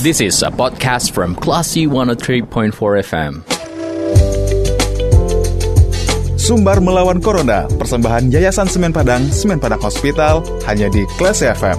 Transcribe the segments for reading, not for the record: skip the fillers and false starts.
This is a podcast from Classy 103.4 FM. Sumbar melawan Corona, persembahan Yayasan Semen Padang Hospital, hanya di Classy FM.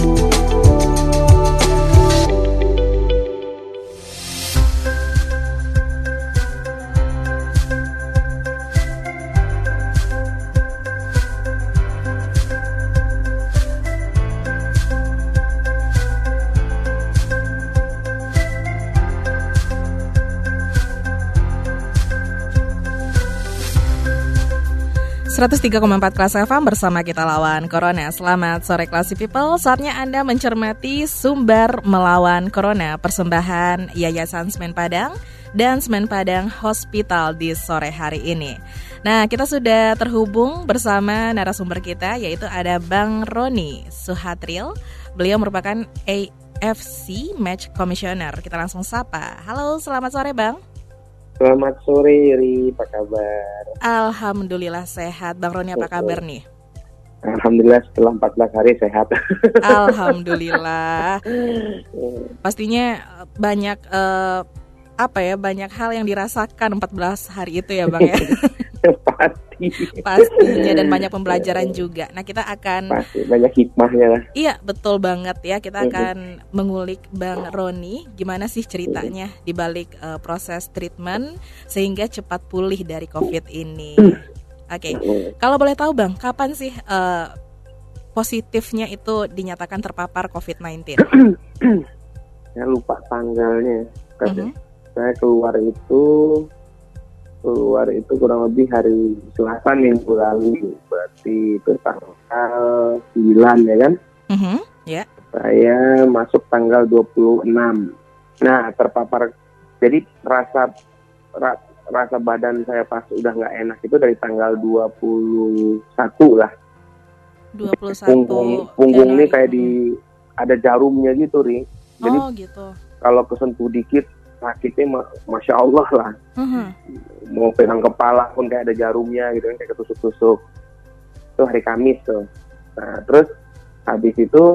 .3,4 Classy FM bersama kita lawan Corona. Selamat sore Classy People. Saatnya Anda mencermati Sumbar melawan Corona, persembahan Yayasan Semen Padang dan Semen Padang Hospital di sore hari ini. Nah, kita sudah terhubung bersama narasumber kita, yaitu ada Bang Roni Suhatril. Beliau merupakan AFC Match Commissioner. Kita langsung sapa. Halo, selamat sore Bang. Selamat sore Ri, apa kabar? Alhamdulillah sehat. Bang Roni apa kabar nih? Alhamdulillah setelah 14 hari sehat. Alhamdulillah. Pastinya banyak banyak hal yang dirasakan 14 hari itu ya Bang ya. Pastinya, dan banyak pembelajaran juga. Nah, kita akan pasti banyak hikmahnya lah. Iya, betul banget ya. Kita akan mengulik Bang Roni, gimana sih ceritanya di balik proses treatment sehingga cepat pulih dari COVID ini. Oke. Kalau boleh tahu Bang, kapan sih positifnya itu dinyatakan terpapar COVID-19? Saya lupa tanggalnya. Saya keluar kurang lebih hari Selasa minggu lalu, berarti itu tanggal 9 ya kan? Yeah. Saya masuk tanggal 26. Nah, terpapar, jadi rasa badan saya pas udah nggak enak itu dari tanggal 21 lah. 21. Punggung ini kayak ada jarumnya gitu, Ri. Jadi gitu. Kalau kesentuh dikit sakitnya Masya Allah lah. Mau pegang kepala pun kayak ada jarumnya gitu kan, kayak ketusuk-tusuk. Itu hari Kamis tuh. Nah, terus habis itu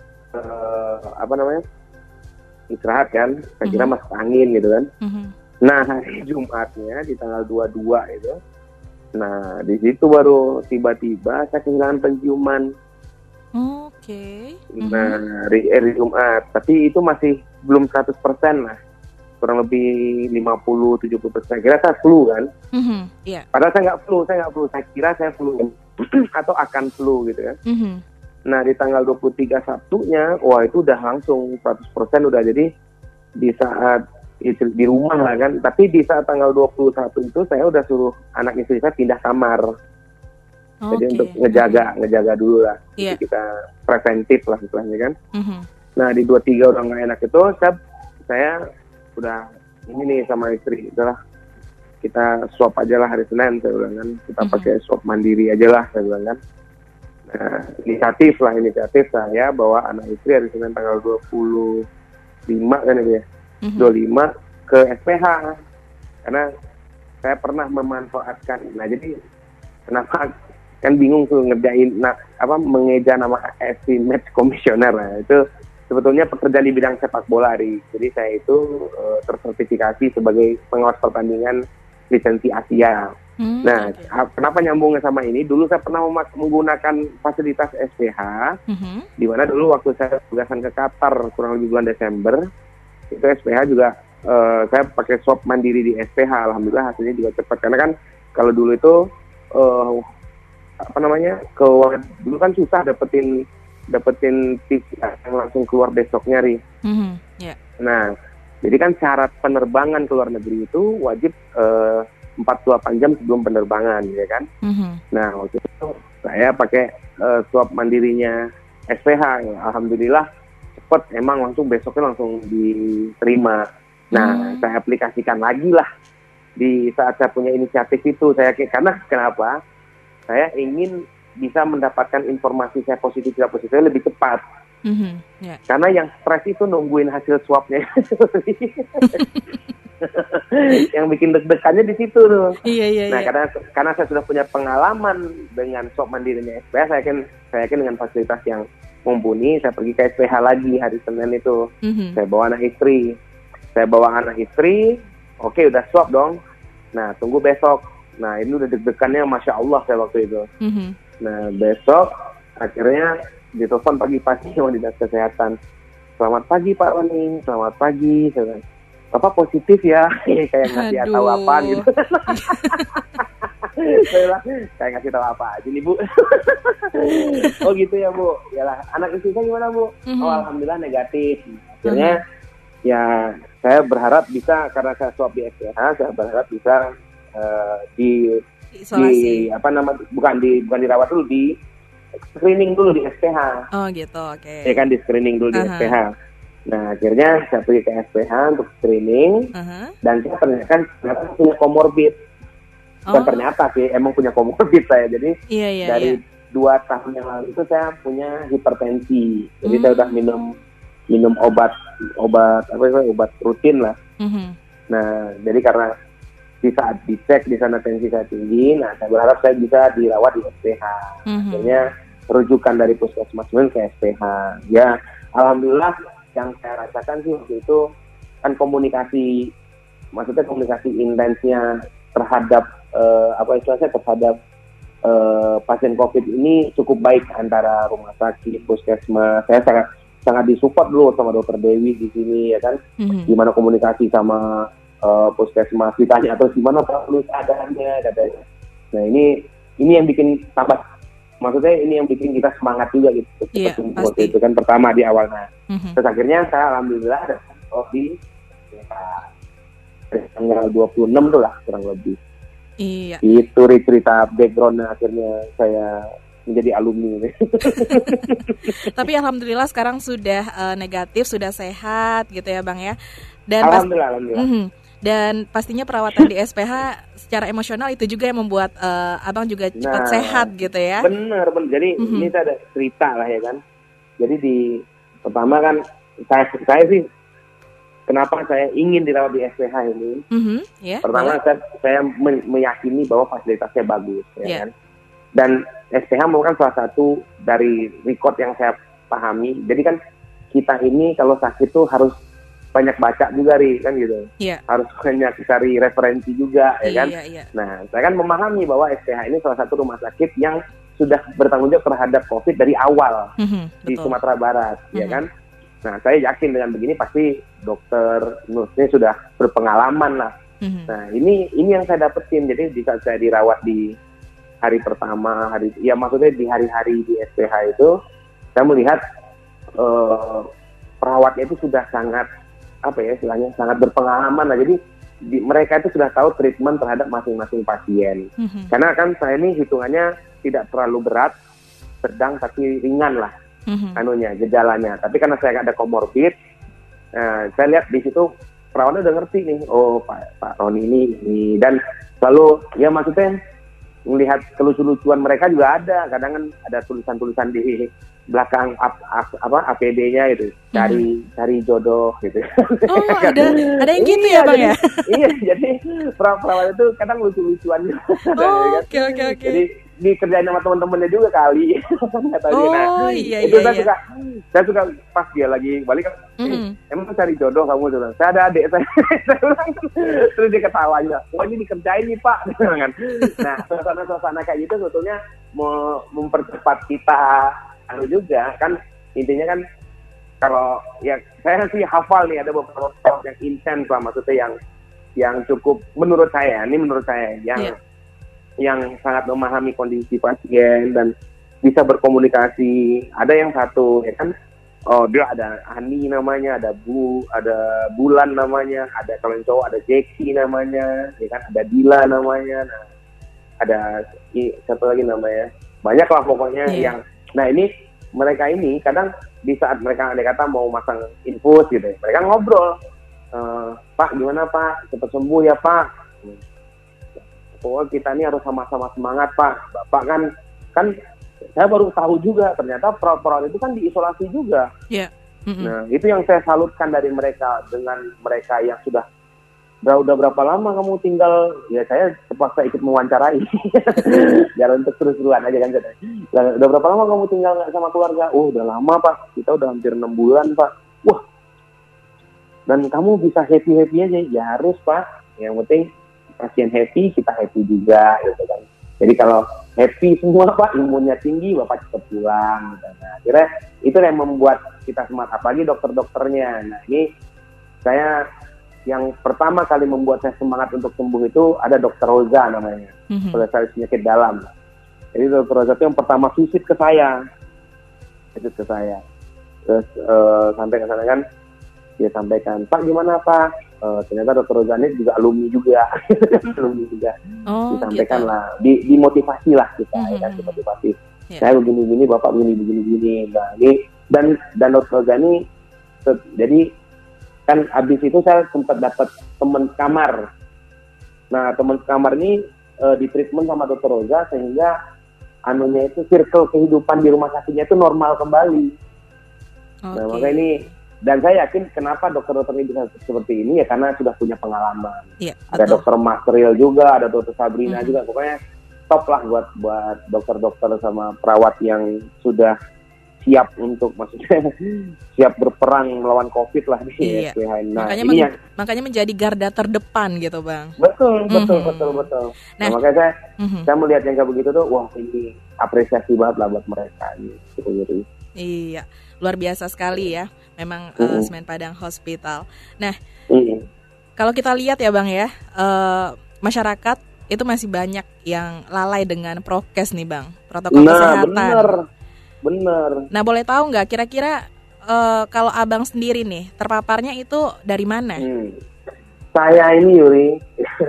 istirahat kan, saya kira masuk angin gitu kan. Nah, hari Jumatnya di tanggal 22 itu. Nah, di situ baru tiba-tiba saya kehilangan penciuman. Oke. Nah, hari Jumat, tapi itu masih belum 100% lah. Kurang lebih 50-70%. Kira saya flu kan? Yeah. Padahal saya nggak flu. Saya kira saya flu atau akan flu gitu kan. Nah, di tanggal 23 Sabtunya, wah itu udah langsung 100% udah. Jadi di saat di rumah lah kan. Tapi di saat tanggal 21 itu saya udah suruh anak istri saya pindah kamar. Jadi untuk ngejaga dulu lah. Yeah. Jadi kita preventif lah istilahnya kan. Nah, di 23 udah nggak enak itu, saya udah ini nih sama istri, udahlah kita swab aja lah hari Senin, saya bilang kan, kita pakai swab mandiri aja lah, saya bilang kan. Nah, inisiatif saya bawa anak istri hari Senin tanggal 25 kan itu ya, 25 ke SPH, karena saya pernah memanfaatkan. Nah, jadi kenapa kan bingung tuh ngerjain, mengeja nama AFC Match Commissioner. Nah, itu sebetulnya pekerjaan di bidang sepak bola, Jadi saya itu tersertifikasi sebagai pengawas pertandingan lisensi Asia. Kenapa nyambungnya sama ini? Dulu saya pernah menggunakan fasilitas SPH, di mana dulu waktu saya tugasan ke Qatar kurang lebih bulan Desember, itu SPH juga saya pakai swab mandiri di SPH. Alhamdulillah hasilnya juga cepat. Karena kan kalau dulu itu dulu kan susah dapetin PCR yang langsung keluar besoknya, Ri. Yeah. Nah, jadi kan syarat penerbangan ke luar negeri itu wajib 48 jam sebelum penerbangan, ya kan? Nah, waktu itu saya pakai swab mandirinya SPH. Alhamdulillah cepat, emang besoknya langsung diterima. Nah, saya aplikasikan lagi lah di saat saya punya inisiatif itu. Karena kenapa? Saya ingin bisa mendapatkan informasi saya positif tidak positifnya lebih cepat. Yeah. Karena yang stres itu nungguin hasil swabnya. Yang bikin deg-degannya di situ tuh. Iya. Nah, karena saya sudah punya pengalaman dengan swab mandirinya SPH, saya yakin dengan fasilitas yang mumpuni, saya pergi ke SPH lagi hari Senin itu. Saya bawa anak istri. Oke, udah swab dong. Nah, tunggu besok. Nah, ini udah deg-degannya Masya Allah saya waktu itu. Nah, besok akhirnya ditelepon pagi-pagi sama dinas kesehatan. Selamat pagi Pak Roni, selamat pagi. Bapak positif ya, kayak ngasih tahu apa gitu. Saya bilang, kayak ngasih tahu apa aja nih Bu. Oh gitu ya Bu. Yalah, anak istri saya gimana Bu? Oh alhamdulillah negatif. Akhirnya ya saya berharap bisa, karena saya swab di SPH, saya berharap bisa bukan dirawat dulu, di screening dulu di SPH. Oh gitu, oke. Ya kan, di screening dulu di SPH. Nah akhirnya saya pergi ke SPH untuk screening, dan saya ternyata punya komorbid. Bukan ternyata sih, emang punya komorbid saya. Jadi dari 2 tahun yang lalu itu saya punya hipertensi. Jadi saya udah minum obat rutin lah. Nah jadi karena di saat dicek di sana tensi saya tinggi, nah saya berharap saya bisa dirawat di SPH. Akhirnya rujukan dari puskesmas ke SPH. Ya alhamdulillah, yang saya rasakan sih waktu itu kan komunikasi intensnya terhadap terhadap pasien COVID ini cukup baik antara rumah sakit, puskesmas. Saya sangat disupport dulu sama Dokter Dewi di sini, ya kan. Gimana komunikasi sama puskesmas, ditanya terus gimana Pak keadaannya, katanya. Nah ini yang bikin tambah, maksudnya ini yang bikin kita semangat juga gitu. Waktu itu kan pertama di awal. Nah terus akhirnya saya alhamdulillah di tanggal 26 tuh lah kurang lebih. Iya. Itu cerita background akhirnya saya menjadi alumni. Tapi alhamdulillah sekarang sudah negatif, sudah sehat gitu ya Bang ya. Dan alhamdulillah. Dan pastinya perawatan di SPH secara emosional itu juga yang membuat Abang juga cepat sehat gitu ya. Bener. Jadi ini ada cerita lah ya kan. Jadi pertama kan saya sih kenapa saya ingin dirawat di SPH ini. Pertama saya meyakini bahwa fasilitasnya bagus ya kan. Dan SPH merupakan salah satu dari record yang saya pahami. Jadi kan kita ini kalau sakit tuh harus banyak baca juga kan gitu. Harus banyak cari referensi juga ya kan. Nah, saya kan memahami bahwa SPH ini salah satu rumah sakit yang sudah bertanggung jawab terhadap COVID dari awal di Sumatera Barat, ya kan. Nah, saya yakin dengan begini pasti dokter nurse-nya sudah berpengalaman lah. Nah, ini yang saya dapetin. Jadi di saat saya dirawat di hari pertama, maksudnya di hari-hari di SPH itu, saya melihat perawatnya itu sudah sangat sangat berpengalaman lah. Jadi mereka itu sudah tahu treatment terhadap masing-masing pasien. Karena kan saya ini hitungannya tidak terlalu berat, sedang tapi ringan lah gejalanya. Tapi karena saya ada komorbid, saya lihat di situ perawatnya udah ngerti nih, oh Pak Roni ini, dan selalu ya maksudnya melihat kelucu-lucuan mereka juga ada. Kadang kan ada tulisan-tulisan di belakang APD-nya itu, cari jodoh gitu. Oh, ada yang gitu ya Bang ya? Iya, jadi perawat itu kadang lucu-lucuan. Oke. Jadi dikerjain sama teman-temannya juga kali. Iya. Saya suka pas dia lagi balik kan, emang cari jodoh kamu tuh? Saya ada adik saya bilang, terus dia ketawa juga. Wah ini dikerjain nih Pak. Nah suasana kayak gitu sebetulnya mempercepat kita juga kan, intinya kan kalau ya saya sih hafal nih ada beberapa perawat yang intens lah, maksudnya yang cukup menurut saya yang sangat memahami kondisi pasien dan bisa berkomunikasi. Ada yang satu ya kan, dia ada Ani namanya, ada Bulan namanya, ada kalau yang cowok ada Jeki namanya, ya kan, ada Dila namanya, nah ada satu lagi namanya, banyak lah pokoknya yang. Nah ini mereka ini kadang di saat mereka kata mau masang infus gitu, mereka ngobrol, Pak gimana Pak, cepat sembuh ya Pak. Oh kita ini harus sama-sama semangat Pak. Bapak kan saya baru tahu juga ternyata perawat-perawat itu kan diisolasi juga. Nah itu yang saya salutkan dari mereka, dengan mereka yang sudah udah berapa lama kamu tinggal? Ya saya terpaksa ikut mewawancarai. Jangan untuk terus-terusan aja kan. Udah berapa lama kamu tinggal nggak sama keluarga? Oh udah lama Pak, kita udah hampir 6 bulan Pak. Wah, dan kamu bisa happy-happy aja? Ya harus Pak, yang penting pasien happy, kita happy juga gitu kan. Jadi kalau happy semua Pak, imunnya tinggi, Bapak cepat pulang gitu. Nah akhirnya itu yang membuat kita semangat, apalagi dokter-dokternya. Nah ini saya yang pertama kali membuat saya semangat untuk sembuh itu ada Dokter Roza namanya, spesialis penyakit dalam. Jadi Dokter Roza itu yang pertama visit ke saya. Terus sampai ke sana kan, dia sampaikan, Pak gimana Pak? Ternyata Dokter Roza ini juga alumni juga. Disampaikan gitu. lah, dimotivasi lah kita, kan dimotivasi. Saya begini-begini, Bapak begini-begini. Nah ini dan Dokter Roza ini, jadi kan abis itu saya sempat dapat teman kamar. Nah teman kamar ini di treatment sama Dokter Roza sehingga anunya itu circle kehidupan di rumah sakitnya itu normal kembali. Nah makanya ini, dan saya yakin kenapa dokter-dokter ini bisa seperti ini ya karena sudah punya pengalaman. Ada Dokter Masril juga, ada Dokter Sabrina juga. Pokoknya top lah buat dokter-dokter sama perawat yang sudah siap untuk, maksudnya siap berperang melawan COVID lah di SPH. Nah, makanya menjadi garda terdepan gitu Bang. Betul. Nah makanya saya melihat yang kayak begitu tuh, wah ini apresiasi banget lah buat mereka gitu. Iya, luar biasa sekali ya. Memang Semen Padang Hospital. Nah, kalau kita lihat ya Bang ya, masyarakat itu masih banyak yang lalai dengan prokes nih Bang, protokol kesehatan. Bener. Nah boleh tahu nggak kira-kira kalau Abang sendiri nih terpaparnya itu dari mana? Saya ini Yuri,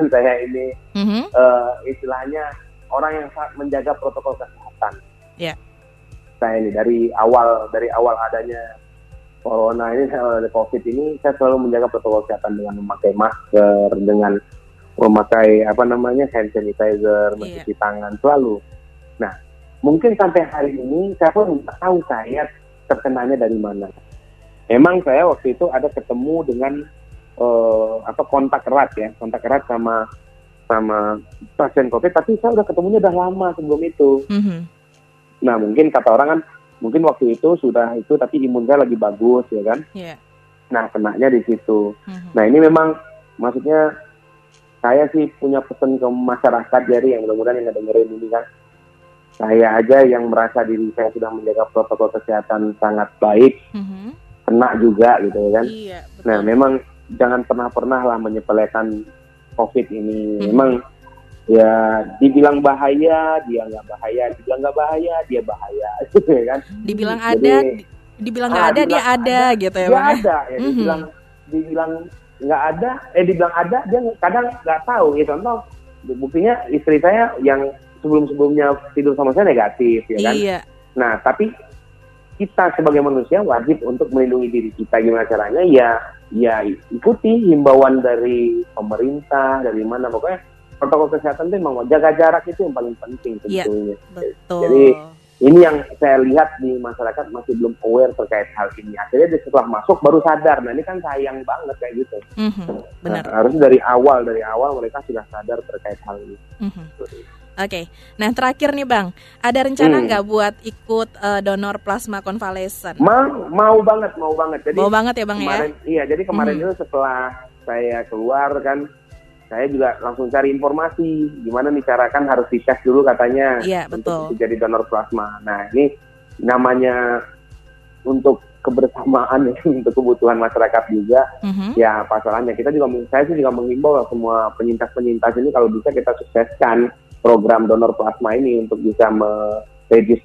istilahnya orang yang sangat menjaga protokol kesehatan. Saya ini dari awal adanya corona ini, ada COVID ini, saya selalu menjaga protokol kesehatan dengan memakai masker, dengan memakai hand sanitizer, mencuci tangan selalu. Nah, mungkin sampai hari ini saya pun tidak tahu saya terkenanya dari mana. Emang saya waktu itu ada ketemu dengan kontak erat sama pasien COVID, tapi saya udah ketemunya udah lama sebelum itu. Nah mungkin kata orang kan, mungkin waktu itu sudah itu, tapi imun saya lagi bagus ya kan. Nah kenanya di situ. Nah ini memang maksudnya saya sih punya pesan ke masyarakat dari yang mudah-mudahan yang dengerin ini kan. Saya aja yang merasa diri saya sudah menjaga protokol kesehatan sangat baik, kena juga gitu kan. Nah memang jangan pernah lah menyepelekan COVID ini. Memang ya dibilang bahaya, dia nggak bahaya. Dibilang nggak bahaya, dia bahaya. Gitu kan. Dibilang ada, dibilang nggak ada, dia ada gitu ya. Dia ada. Ya, dibilang nggak ada, dibilang ada, dia kadang nggak tahu. Ya contoh, buktinya istri saya yang sebelum-sebelumnya tidur sama saya negatif ya kan. Nah tapi kita sebagai manusia wajib untuk melindungi diri kita. Gimana caranya? Ya ikuti himbauan dari pemerintah, dari mana, pokoknya protokol kesehatan itu memang jaga jarak itu yang paling penting tentunya. Jadi ini yang saya lihat di masyarakat masih belum aware terkait hal ini. Akhirnya setelah masuk baru sadar. Nah ini kan sayang banget kayak gitu. Benar. Nah, harusnya dari awal mereka sudah sadar terkait hal ini. Oke. Nah terakhir nih Bang, ada rencana nggak buat ikut donor plasma konvalesen? Mau banget. Jadi mau banget ya Bang kemarin, ya? Iya, jadi kemarin itu setelah saya keluar kan, saya juga langsung cari informasi gimana nih cara, kan harus dites dulu katanya. Betul. Untuk jadi donor plasma. Nah ini namanya untuk kebersamaan untuk kebutuhan masyarakat juga. Ya pasalnya saya sih juga menghimbau semua penyintas ini kalau bisa kita sukseskan program donor plasma ini untuk bisa reduce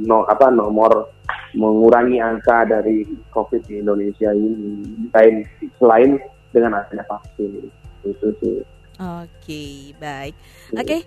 nomor mengurangi angka dari COVID di Indonesia ini, selain dengan adanya vaksin itu sih. Oke, baik. Oke,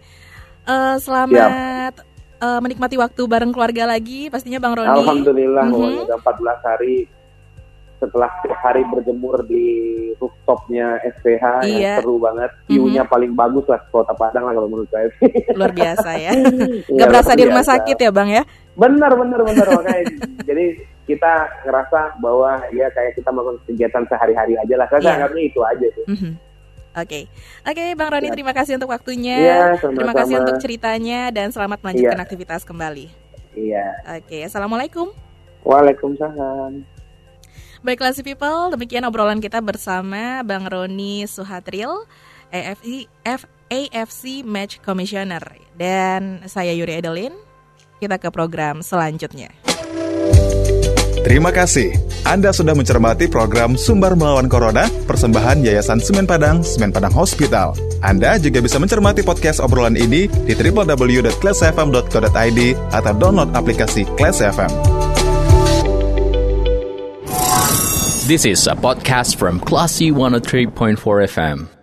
selamat menikmati waktu bareng keluarga lagi pastinya Bang Roni. Alhamdulillah, udah 14 hari setelah hari berjemur di rooftopnya SPH yang seru banget, view-nya paling bagus lah Kota Padang lah kalau menurut saya. Luar biasa ya. Gak berasa di rumah sakit ya Bang ya? Benar makanya. Jadi kita ngerasa bahwa ya kayak kita melakukan kegiatan sehari-hari aja lah. Saya anggapnya itu aja sih. Oke, Bang Roni, terima kasih untuk waktunya. Terima kasih untuk ceritanya dan selamat melanjutkan aktivitas kembali. Iya. Oke, assalamualaikum. Waalaikumsalam. Baik, Classy People, demikian obrolan kita bersama Bang Roni Suhatril, AFC Match Commissioner, dan saya Yuri Edelin. Kita ke program selanjutnya. Terima kasih. Anda sudah mencermati program Sumber Melawan Corona, persembahan Yayasan Semen Padang Hospital. Anda juga bisa mencermati podcast obrolan ini di www.classfm.co.id atau download aplikasi Class FM. This is a podcast from Classy 103.4 FM.